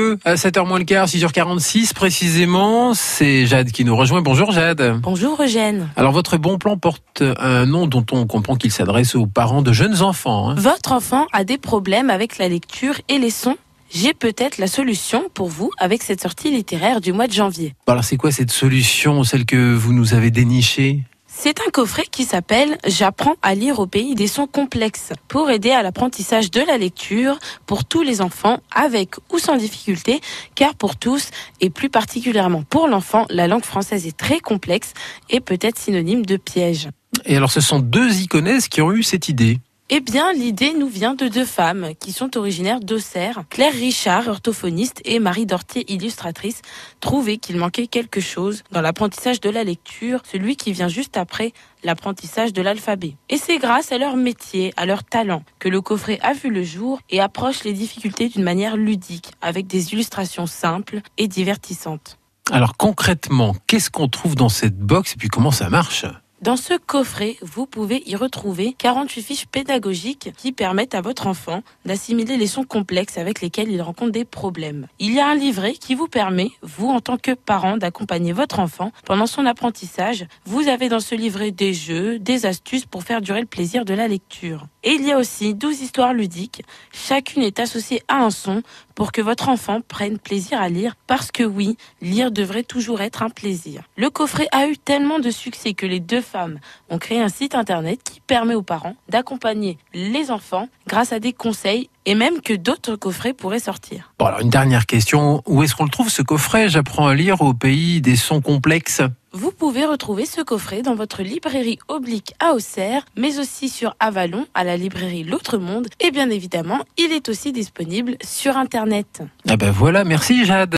peu à 7h moins le quart, 6h46 précisément. C'est Jade qui nous rejoint. Bonjour Jade. Bonjour Eugène. Alors votre bon plan porte un nom dont on comprend qu'il s'adresse aux parents de jeunes enfants. Votre enfant a des problèmes avec la lecture et les sons. J'ai peut-être la solution pour vous avec cette sortie littéraire du mois de janvier. Alors c'est quoi cette solution, celle que vous nous avez dénichée ? C'est un coffret qui s'appelle « J'apprends à lire au pays des sons complexes » pour aider à l'apprentissage de la lecture pour tous les enfants avec ou sans difficulté, car pour tous et plus particulièrement pour l'enfant, la langue française est très complexe et peut être synonyme de piège. Et alors ce sont deux iconesses qui ont eu cette idée. Eh bien, l'idée nous vient de deux femmes qui sont originaires d'Auxerre. Claire Richard, orthophoniste, et Marie Dortier, illustratrice, trouvaient qu'il manquait quelque chose dans l'apprentissage de la lecture, celui qui vient juste après l'apprentissage de l'alphabet. Et c'est grâce à leur métier, à leur talent, que le coffret a vu le jour et approche les difficultés d'une manière ludique, avec des illustrations simples et divertissantes. Alors concrètement, qu'est-ce qu'on trouve dans cette box et puis comment ça marche ? Dans ce coffret, vous pouvez y retrouver 48 fiches pédagogiques qui permettent à votre enfant d'assimiler les sons complexes avec lesquels il rencontre des problèmes. Il y a un livret qui vous permet, vous en tant que parent, d'accompagner votre enfant pendant son apprentissage. Vous avez dans ce livret des jeux, des astuces pour faire durer le plaisir de la lecture. Et il y a aussi 12 histoires ludiques. Chacune est associée à un son pour que votre enfant prenne plaisir à lire, parce que oui, lire devrait toujours être un plaisir. Le coffret a eu tellement de succès que les deux femmes ont créé un site internet qui permet aux parents d'accompagner les enfants grâce à des conseils et même que d'autres coffrets pourraient sortir. Bon alors une dernière question, où est-ce qu'on le trouve ce coffret ? J'apprends à lire au pays des sons complexes. Vous pouvez retrouver ce coffret dans votre librairie Oblique à Auxerre, mais aussi sur Avalon, à la librairie L'Autre Monde. Et bien évidemment, il est aussi disponible sur Internet. Ah ben voilà, merci Jade.